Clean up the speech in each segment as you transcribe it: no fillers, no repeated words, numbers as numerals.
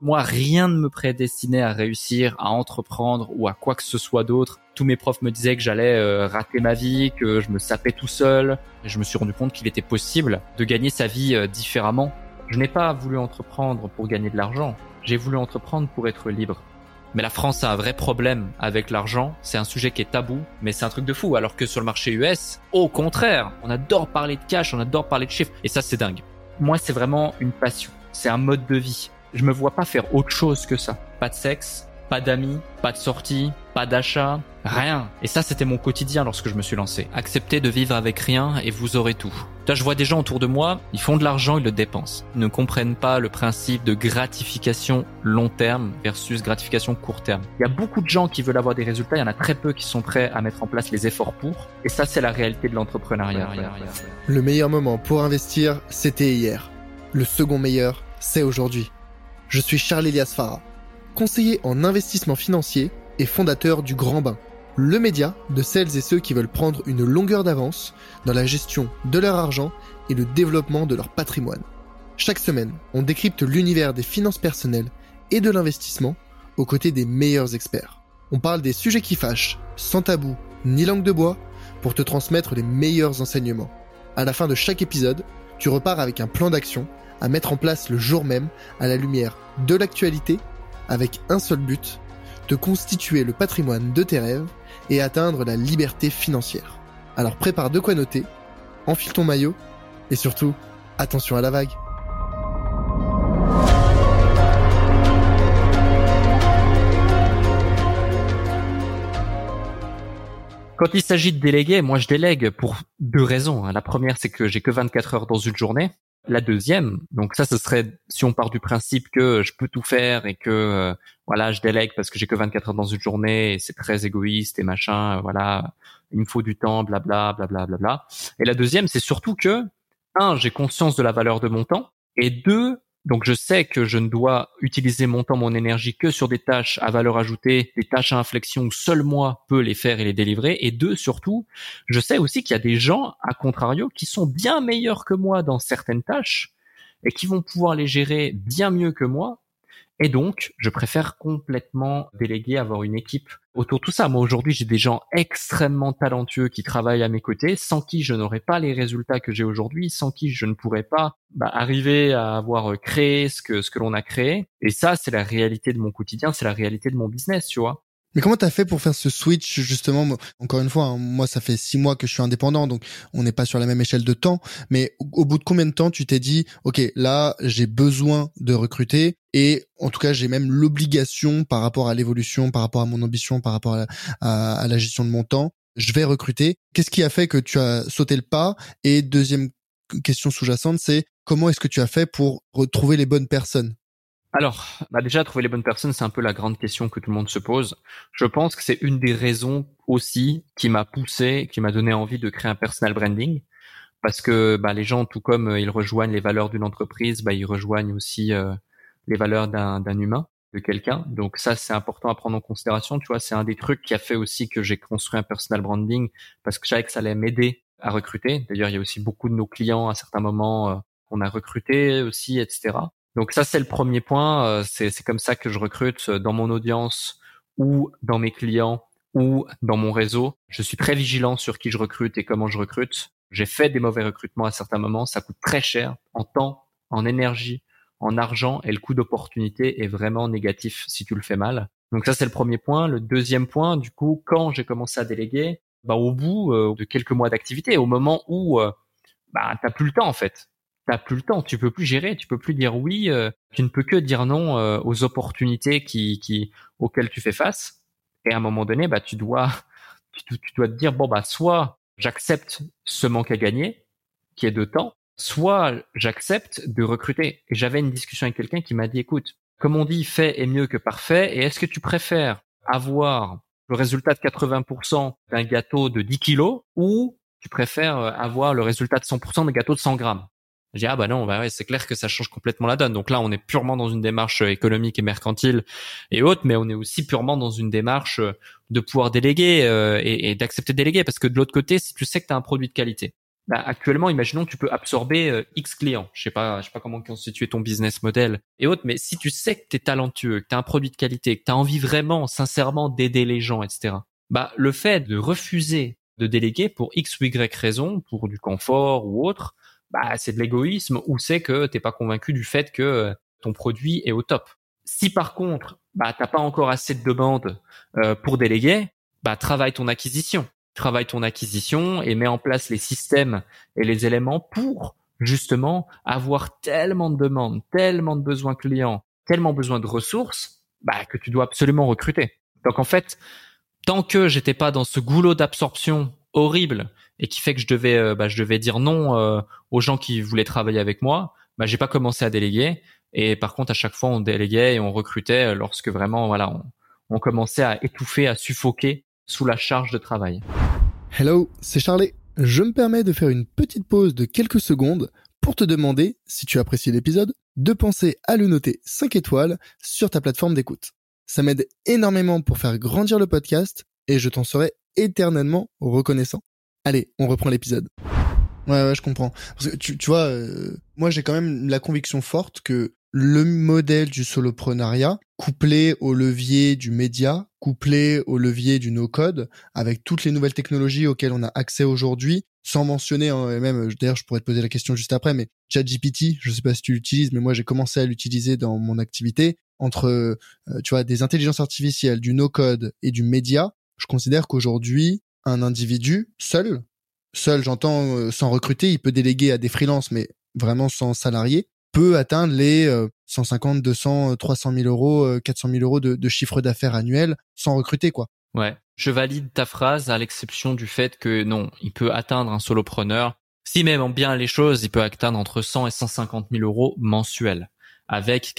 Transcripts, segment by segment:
Moi, rien ne me prédestinait à réussir, à entreprendre ou à quoi que ce soit d'autre. Tous mes profs me disaient que j'allais rater ma vie, que je me sapais tout seul. Et je me suis rendu compte qu'il était possible de gagner sa vie différemment. Je n'ai pas voulu entreprendre pour gagner de l'argent. J'ai voulu entreprendre pour être libre. Mais la France a un vrai problème avec l'argent. C'est un sujet qui est tabou, mais c'est un truc de fou. Alors que sur le marché US, au contraire, on adore parler de cash, on adore parler de chiffres. Et ça, c'est dingue. Moi, c'est vraiment une passion. C'est un mode de vie. Je me vois pas faire autre chose que ça. Pas de sexe, pas d'amis, pas de sorties, pas d'achat, rien. Et ça, c'était mon quotidien lorsque je me suis lancé. Accepter de vivre avec rien et vous aurez tout. Là, je vois des gens autour de moi, ils font de l'argent, ils le dépensent. Ils ne comprennent pas le principe de gratification long terme versus gratification court terme. Il y a beaucoup de gens qui veulent avoir des résultats, il y en a très peu qui sont prêts à mettre en place les efforts pour. Et ça, c'est la réalité de l'entrepreneuriat. Le meilleur moment pour investir, c'était hier. Le second meilleur, c'est aujourd'hui. Je suis Charles-Elias Farah, conseiller en investissement financier et fondateur du Grand Bain, le média de celles et ceux qui veulent prendre une longueur d'avance dans la gestion de leur argent et le développement de leur patrimoine. Chaque semaine, on décrypte l'univers des finances personnelles et de l'investissement aux côtés des meilleurs experts. On parle des sujets qui fâchent, sans tabou ni langue de bois, pour te transmettre les meilleurs enseignements. À la fin de chaque épisode, tu repars avec un plan d'action à mettre en place le jour même à la lumière de l'actualité avec un seul but, te constituer le patrimoine de tes rêves et atteindre la liberté financière. Alors prépare de quoi noter, enfile ton maillot et surtout, attention à la vague. Quand il s'agit de déléguer, moi je délègue pour deux raisons. La première, c'est que j'ai que 24 heures dans une journée. La deuxième, donc ça, ce serait si on part du principe que je peux tout faire et que voilà, je délègue parce que j'ai que 24 heures dans une journée et c'est très égoïste et machin, voilà, il me faut du temps, blabla, blabla, blabla. Et la deuxième, c'est surtout que j'ai conscience de la valeur de mon temps et deux, donc je sais que je ne dois utiliser mon temps, mon énergie que sur des tâches à valeur ajoutée, des tâches à inflexion où seul moi peux les faire et les délivrer. Et deux, surtout, je sais aussi qu'il y a des gens, à contrario, qui sont bien meilleurs que moi dans certaines tâches et qui vont pouvoir les gérer bien mieux que moi. Et donc, je préfère complètement déléguer, avoir une équipe autour de tout ça. Moi, aujourd'hui, j'ai des gens extrêmement talentueux qui travaillent à mes côtés, sans qui je n'aurais pas les résultats que j'ai aujourd'hui, sans qui je ne pourrais pas arriver à avoir créé ce que l'on a créé. Et ça, c'est la réalité de mon quotidien, c'est la réalité de mon business, tu vois. Mais comment t'as fait pour faire ce switch, justement? Encore une fois, moi, ça fait 6 mois que je suis indépendant, donc on n'est pas sur la même échelle de temps. Mais au bout de combien de temps tu t'es dit, OK, là, j'ai besoin de recruter et en tout cas, j'ai même l'obligation par rapport à l'évolution, par rapport à mon ambition, par rapport à la gestion de mon temps, je vais recruter. Qu'est-ce qui a fait que tu as sauté le pas? Et deuxième question sous-jacente, c'est comment est-ce que tu as fait pour retrouver les bonnes personnes? Alors, déjà, trouver les bonnes personnes, c'est un peu la grande question que tout le monde se pose. Je pense que c'est une des raisons aussi qui m'a poussé, qui m'a donné envie de créer un personal branding. Parce que les gens, tout comme ils rejoignent les valeurs d'une entreprise, ils rejoignent aussi les valeurs d'un humain, de quelqu'un. Donc ça, c'est important à prendre en considération. Tu vois, c'est un des trucs qui a fait aussi que j'ai construit un personal branding parce que je savais que ça allait m'aider à recruter. D'ailleurs, il y a aussi beaucoup de nos clients à certains moments qu'on a recrutés aussi, etc. Donc ça, c'est le premier point. C'est comme ça que je recrute dans mon audience ou dans mes clients ou dans mon réseau. Je suis très vigilant sur qui je recrute et comment je recrute. J'ai fait des mauvais recrutements à certains moments. Ça coûte très cher en temps, en énergie, en argent et le coût d'opportunité est vraiment négatif si tu le fais mal. Donc ça, c'est le premier point. Le deuxième point, du coup, quand j'ai commencé à déléguer, au bout de quelques mois d'activité, au moment où t'as plus le temps en fait. T'as plus le temps, tu peux plus gérer, tu peux plus dire oui, tu ne peux que dire non aux opportunités auxquelles tu fais face. Et à un moment donné, tu dois te dire soit j'accepte ce manque à gagner qui est de temps, soit j'accepte de recruter. Et j'avais une discussion avec quelqu'un qui m'a dit écoute, comme on dit, fait est mieux que parfait. Et est-ce que tu préfères avoir le résultat de 80% d'un gâteau de 10 kilos ou tu préfères avoir le résultat de 100% d'un gâteau de 100 grammes? J'ai dit, non, ouais, c'est clair que ça change complètement la donne. Donc là, on est purement dans une démarche économique et mercantile et autres, mais on est aussi purement dans une démarche de pouvoir déléguer et d'accepter de déléguer parce que de l'autre côté, si tu sais que tu as un produit de qualité, Bah, actuellement, imaginons que tu peux absorber X clients. Je sais pas comment constituer ton business model et autres, mais si tu sais que tu es talentueux, que tu as un produit de qualité, que tu as envie vraiment, sincèrement d'aider les gens, etc. Bah, le fait de refuser de déléguer pour X ou Y raison, pour du confort ou autre, bah, c'est de l'égoïsme ou c'est que t'es pas convaincu du fait que ton produit est au top. Si par contre, bah, t'as pas encore assez de demandes pour déléguer, bah, travaille ton acquisition et mets en place les systèmes et les éléments pour justement avoir tellement de demandes, tellement de besoins clients, tellement besoin de ressources, bah, que tu dois absolument recruter. Donc en fait, tant que j'étais pas dans ce goulot d'absorption horrible et qui fait que je devais dire non aux gens qui voulaient travailler avec moi, bah, j'ai pas commencé à déléguer. Et par contre, à chaque fois, on déléguait et on recrutait lorsque vraiment, voilà, on commençait à étouffer, à suffoquer sous la charge de travail. Hello, c'est Charlie. Je me permets de faire une petite pause de quelques secondes pour te demander, si tu apprécies l'épisode, de penser à le noter 5 étoiles sur ta plateforme d'écoute. Ça m'aide énormément pour faire grandir le podcast et je t'en serai éternellement reconnaissant. Allez, on reprend l'épisode. Ouais, je comprends. Parce que tu vois, moi j'ai quand même la conviction forte que le modèle du soloprenariat, couplé au levier du média, couplé au levier du no-code, avec toutes les nouvelles technologies auxquelles on a accès aujourd'hui, sans mentionner, hein, et même, d'ailleurs je pourrais te poser la question juste après, mais ChatGPT, je sais pas si tu l'utilises, mais moi j'ai commencé à l'utiliser dans mon activité, entre, tu vois, des intelligences artificielles, du no-code et du média, je considère qu'aujourd'hui, un individu seul, j'entends, sans recruter, il peut déléguer à des freelances, mais vraiment sans salarié, peut atteindre les 150, 200, 300 000 euros, 400 000 euros de chiffre d'affaires annuel sans recruter, quoi. Ouais, je valide ta phrase à l'exception du fait que non, il peut atteindre un solopreneur. Si même bien les choses, il peut atteindre entre 100 et 150 000 euros mensuels avec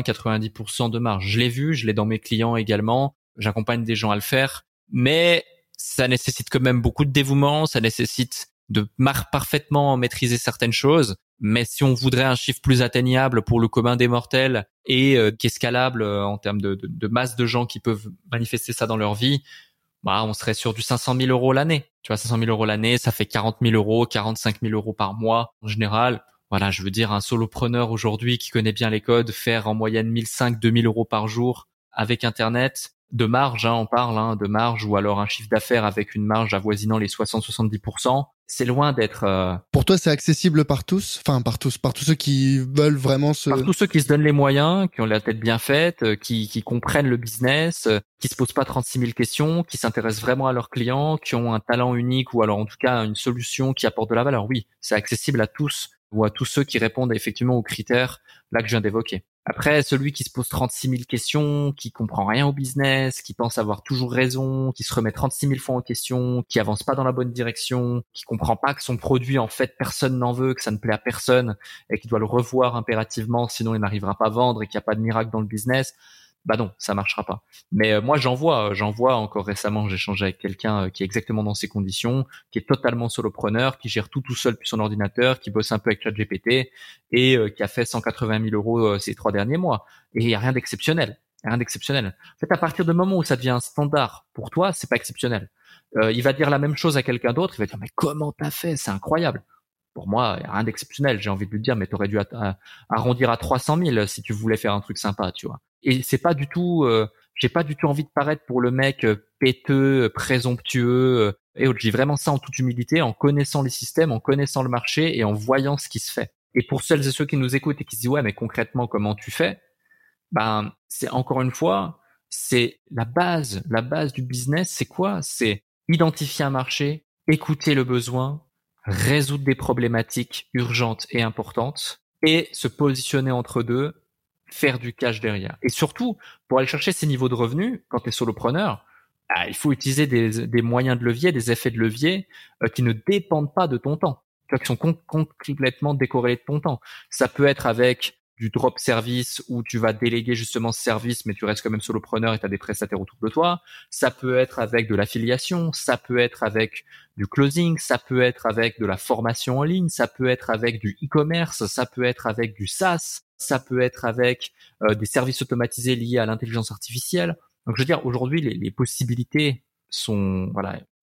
80-90% de marge. Je l'ai vu, je l'ai dans mes clients également. J'accompagne des gens à le faire, mais ça nécessite quand même beaucoup de dévouement. Ça nécessite de parfaitement maîtriser certaines choses. Mais si on voudrait un chiffre plus atteignable pour le commun des mortels et qui est scalable en termes de masse de gens qui peuvent manifester ça dans leur vie, bah, on serait sur du 500 000 euros l'année. Tu vois, 500 000 euros l'année, ça fait 40 000 euros, 45 000 euros par mois en général. Voilà, je veux dire, un solopreneur aujourd'hui qui connaît bien les codes, faire en moyenne 1500, 2000 euros par jour avec Internet, de marge, hein, on parle de marge, ou alors un chiffre d'affaires avec une marge avoisinant les 60-70%, c'est loin d'être... Pour toi, c'est accessible par tous, enfin par tous ceux qui veulent vraiment se... Par tous ceux qui se donnent les moyens, qui ont la tête bien faite, qui comprennent le business, qui se posent pas 36 000 questions, qui s'intéressent vraiment à leurs clients, qui ont un talent unique ou alors en tout cas une solution qui apporte de la valeur. Oui, c'est accessible à tous ou à tous ceux qui répondent effectivement aux critères là que je viens d'évoquer. Après, celui qui se pose 36 000 questions, qui comprend rien au business, qui pense avoir toujours raison, qui se remet 36 000 fois en question, qui avance pas dans la bonne direction, qui comprend pas que son produit, en fait, personne n'en veut, que ça ne plaît à personne et qui doit le revoir impérativement, sinon il n'arrivera pas à vendre et qu'il n'y a pas de miracle dans le business, bah non, ça marchera pas. Mais moi j'en vois encore récemment, j'ai échangé avec quelqu'un qui est exactement dans ces conditions, qui est totalement solopreneur, qui gère tout seul depuis son ordinateur, qui bosse un peu avec ChatGPT et qui a fait 180 000 euros ces 3 derniers mois. Et il y a rien d'exceptionnel. Rien d'exceptionnel. En fait, à partir du moment où ça devient un standard pour toi, c'est pas exceptionnel. Il va dire la même chose à quelqu'un d'autre, il va dire mais comment t'as fait, c'est incroyable. Pour moi, il n'y a rien d'exceptionnel. J'ai envie de lui dire, mais t'aurais dû arrondir à 300 000 si tu voulais faire un truc sympa, tu vois. Et c'est pas du tout, j'ai pas du tout envie de paraître pour le mec péteux, présomptueux et autres. J'ai vraiment ça en toute humilité, en connaissant les systèmes, en connaissant le marché et en voyant ce qui se fait. Et pour celles et ceux qui nous écoutent et qui se disent, ouais, mais concrètement, comment tu fais? Ben, c'est encore une fois, c'est la base du business, c'est quoi? C'est identifier un marché, écouter le besoin, résoudre des problématiques urgentes et importantes et se positionner entre deux, faire du cash derrière. Et surtout, pour aller chercher ces niveaux de revenus, quand tu es solopreneur, il faut utiliser des moyens de levier, des effets de levier qui ne dépendent pas de ton temps, tu vois, qui sont complètement décorrélés de ton temps. Ça peut être avec du drop service où tu vas déléguer justement ce service, mais tu restes quand même solopreneur et tu as des prestataires autour de toi. Ça peut être avec de l'affiliation, ça peut être avec du closing, ça peut être avec de la formation en ligne, ça peut être avec du e-commerce, ça peut être avec du SaaS, ça peut être avec des services automatisés liés à l'intelligence artificielle. Donc je veux dire, aujourd'hui, les possibilités sont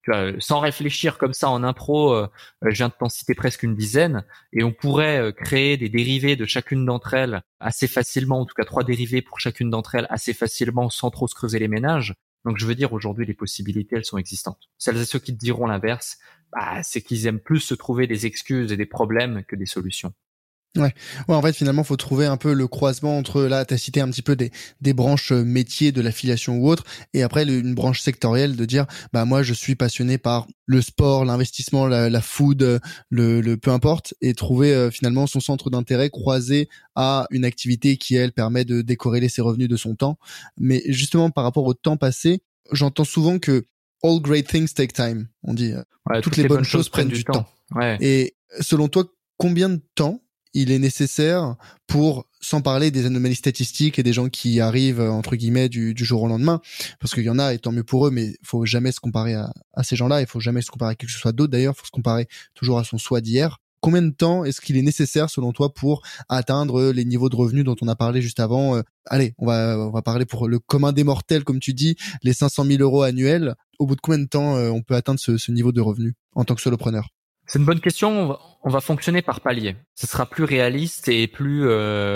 Tu vois, sans réfléchir comme ça en impro, je viens de t'en citer presque une dizaine, et on pourrait créer des dérivés de chacune d'entre elles assez facilement, en tout cas 3 dérivés pour chacune d'entre elles assez facilement, sans trop se creuser les ménages. Donc je veux dire, aujourd'hui, les possibilités, elles sont existantes. Celles et ceux qui te diront l'inverse, c'est qu'ils aiment plus se trouver des excuses et des problèmes que des solutions. Ouais. Ouais, en fait, finalement, faut trouver un peu le croisement entre, là, t'as cité un petit peu des branches métiers de l'affiliation ou autre, et après, une branche sectorielle de dire, moi, je suis passionné par le sport, l'investissement, la food, le peu importe, et trouver, finalement, son centre d'intérêt croisé à une activité qui, elle, permet de décorréler ses revenus de son temps. Mais justement, par rapport au temps passé, j'entends souvent que all great things take time. On dit, toutes les bonnes choses prennent du temps. Ouais. Et selon toi, combien de temps il est nécessaire pour, sans parler des anomalies statistiques et des gens qui arrivent, entre guillemets, du jour au lendemain, parce qu'il y en a, et tant mieux pour eux, mais il faut jamais se comparer à ces gens-là, il faut jamais se comparer à quelque chose d'autre, d'ailleurs, il faut se comparer toujours à son soi d'hier. Combien de temps est-ce qu'il est nécessaire, selon toi, pour atteindre les niveaux de revenus dont on a parlé juste avant? Allez, on va parler pour le commun des mortels, comme tu dis, les 500 000 euros annuels. Au bout de combien de temps on peut atteindre ce niveau de revenus en tant que solopreneur? C'est une bonne question. On va fonctionner par palier. Ce sera plus réaliste et plus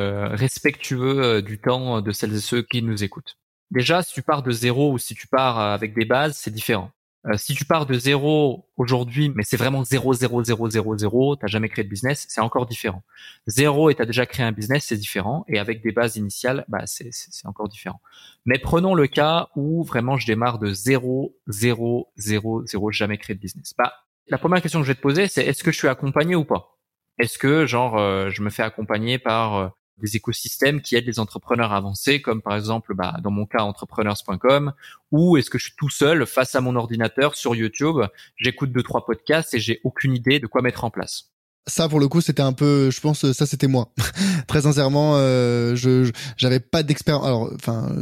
respectueux du temps de celles et ceux qui nous écoutent. Déjà, si tu pars de zéro ou si tu pars avec des bases, c'est différent. Si tu pars de zéro aujourd'hui, mais c'est vraiment zéro, zéro, zéro, zéro, zéro, t'as jamais créé de business, c'est encore différent. Zéro et t'as déjà créé un business, c'est différent. Et avec des bases initiales, c'est encore différent. Mais prenons le cas où vraiment je démarre de zéro, zéro, zéro, zéro, jamais créé de business. La première question que je vais te poser, c'est est-ce que je suis accompagné ou pas? Est-ce que je me fais accompagner par des écosystèmes qui aident les entrepreneurs à avancer, comme par exemple dans mon cas entrepreneurs.com, ou est-ce que je suis tout seul face à mon ordinateur sur YouTube, j'écoute 2-3 podcasts et j'ai aucune idée de quoi mettre en place? Ça, pour le coup, c'était un peu, je pense, ça c'était moi. Très sincèrement, j'avais pas d'expérience. Alors,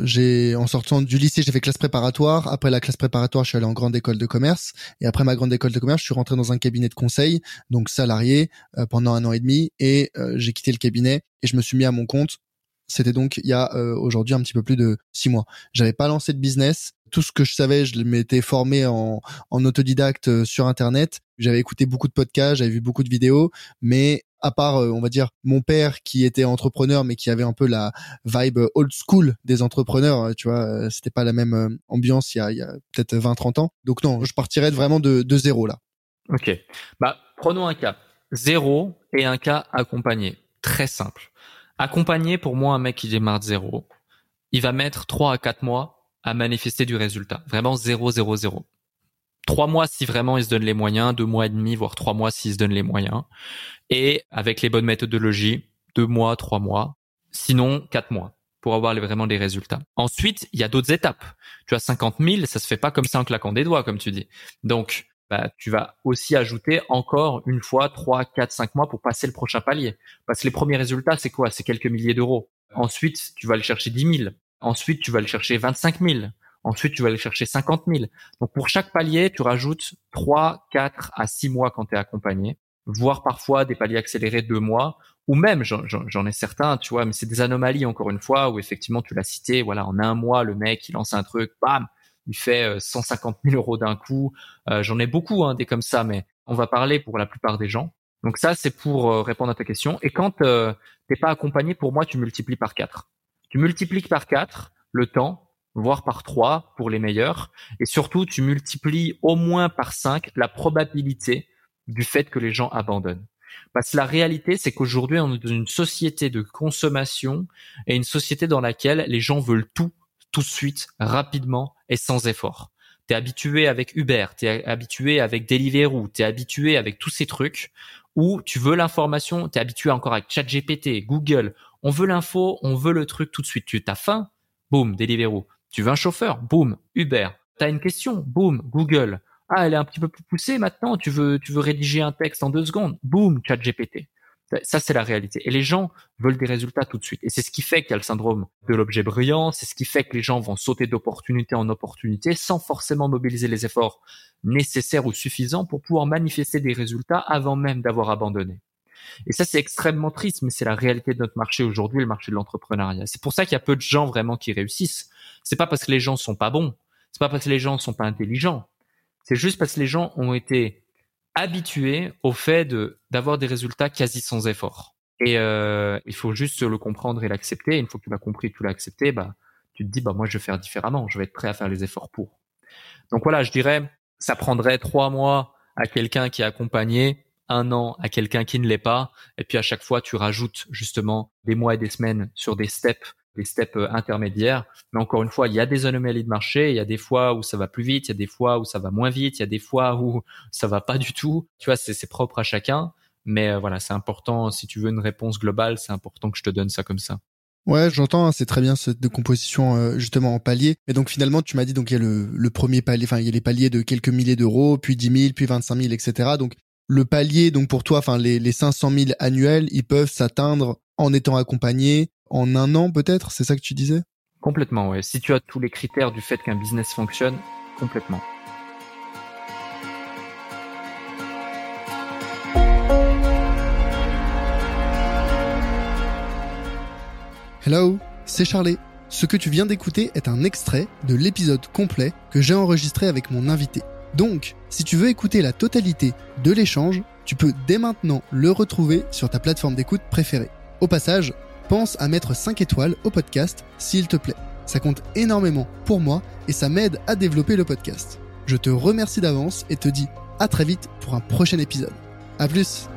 en sortant du lycée, j'ai fait classe préparatoire. Après la classe préparatoire, je suis allé en grande école de commerce. Et après ma grande école de commerce, je suis rentré dans un cabinet de conseil, donc salarié, pendant 1 an et demi. Et j'ai quitté le cabinet et je me suis mis à mon compte. C'était donc il y a aujourd'hui un petit peu plus de 6 mois. J'avais pas lancé de business. Tout ce que je savais, je m'étais formé en autodidacte sur Internet. J'avais écouté beaucoup de podcasts, j'avais vu beaucoup de vidéos, mais à part, on va dire, mon père qui était entrepreneur, mais qui avait un peu la vibe old school des entrepreneurs, tu vois, c'était pas la même ambiance il y a peut-être 20-30 ans. Donc non, je partirais vraiment de zéro là. Ok. Prenons un cas. Zéro et un cas accompagné. Très simple. Accompagné, pour moi, un mec qui démarre de zéro, il va mettre 3 à 4 mois à manifester du résultat. Vraiment 0, 0, 0. 3 mois si vraiment il se donne les moyens, 2 mois et demi, voire 3 mois s'il se donne les moyens. Et avec les bonnes méthodologies, 2 mois, 3 mois. Sinon, 4 mois pour avoir vraiment des résultats. Ensuite, il y a d'autres étapes. Tu as 50 000, ça se fait pas comme ça en claquant des doigts, comme tu dis. Donc, tu vas aussi ajouter encore une fois 3, 4, 5 mois pour passer le prochain palier. Parce que les premiers résultats, c'est quoi? C'est quelques milliers d'euros. Ensuite, tu vas aller chercher 10 000. Ensuite, tu vas aller chercher 25 000. Ensuite, tu vas aller chercher 50 000. Donc, pour chaque palier, tu rajoutes 3, 4 à 6 mois quand tu es accompagné, voire parfois des paliers accélérés 2 mois, ou même, j'en ai certains, tu vois, mais c'est des anomalies, encore une fois, où effectivement, tu l'as cité, voilà, en 1 mois, le mec, il lance un truc, bam, il fait 150 000 euros d'un coup. J'en ai beaucoup, des comme ça, mais on va parler pour la plupart des gens. Donc ça, c'est pour répondre à ta question. Et quand t'es pas accompagné, pour moi, tu multiplies par 4. Tu multiplies par 4 le temps, voire par 3 pour les meilleurs. Et surtout, tu multiplies au moins par 5 la probabilité du fait que les gens abandonnent. Parce que la réalité, c'est qu'aujourd'hui, on est dans une société de consommation et une société dans laquelle les gens veulent tout de suite, rapidement et sans effort. T'es habitué avec Uber, t'es habitué avec Deliveroo, t'es habitué avec tous ces trucs où tu veux l'information, t'es habitué encore avec ChatGPT, Google. On veut l'info, on veut le truc tout de suite. Tu as faim, boum, Deliveroo. Tu veux un chauffeur, boum, Uber. T'as une question, boum, Google. Ah, elle est un petit peu plus poussée maintenant. Tu veux rédiger un texte en 2 secondes, boum, ChatGPT. Ça, c'est la réalité. Et les gens veulent des résultats tout de suite. Et c'est ce qui fait qu'il y a le syndrome de l'objet brillant. C'est ce qui fait que les gens vont sauter d'opportunité en opportunité sans forcément mobiliser les efforts nécessaires ou suffisants pour pouvoir manifester des résultats avant même d'avoir abandonné. Et ça, c'est extrêmement triste, mais c'est la réalité de notre marché aujourd'hui, le marché de l'entrepreneuriat. C'est pour ça qu'il y a peu de gens vraiment qui réussissent. C'est pas parce que les gens sont pas bons. C'est pas parce que les gens sont pas intelligents. C'est juste parce que les gens ont été habitués au fait d'avoir des résultats quasi sans effort. Et il faut juste le comprendre et l'accepter. Une fois que tu l'as compris et que tu l'as accepté, tu te dis moi je vais faire différemment. Je vais être prêt à faire les efforts pour. Donc voilà, je dirais, ça prendrait 3 mois à quelqu'un qui est accompagné, 1 an à quelqu'un qui ne l'est pas. Et puis à chaque fois, tu rajoutes justement des mois et des semaines sur des steps intermédiaires. Mais encore une fois, il y a des anomalies de marché. Il y a des fois où ça va plus vite, il y a des fois où ça va moins vite, il y a des fois où ça va pas du tout. Tu vois, c'est propre à chacun. Mais voilà, c'est important. Si tu veux une réponse globale, c'est important que je te donne ça comme ça. Ouais, j'entends, c'est très bien cette décomposition justement en paliers. Et donc finalement, tu m'as dit donc il y a le premier palier, enfin il y a les paliers de quelques milliers d'euros, puis 10 000, puis 25 000, etc. Donc le palier, donc pour toi, enfin les 500 000 annuels, ils peuvent s'atteindre en étant accompagnés en 1 an peut-être, c'est ça que tu disais ? Complètement, ouais. Si tu as tous les critères du fait qu'un business fonctionne, complètement. Hello, c'est Charlie. Ce que tu viens d'écouter est un extrait de l'épisode complet que j'ai enregistré avec mon invité. Donc, si tu veux écouter la totalité de l'échange, tu peux dès maintenant le retrouver sur ta plateforme d'écoute préférée. Au passage, pense à mettre 5 étoiles au podcast s'il te plaît. Ça compte énormément pour moi et ça m'aide à développer le podcast. Je te remercie d'avance et te dis à très vite pour un prochain épisode. À plus!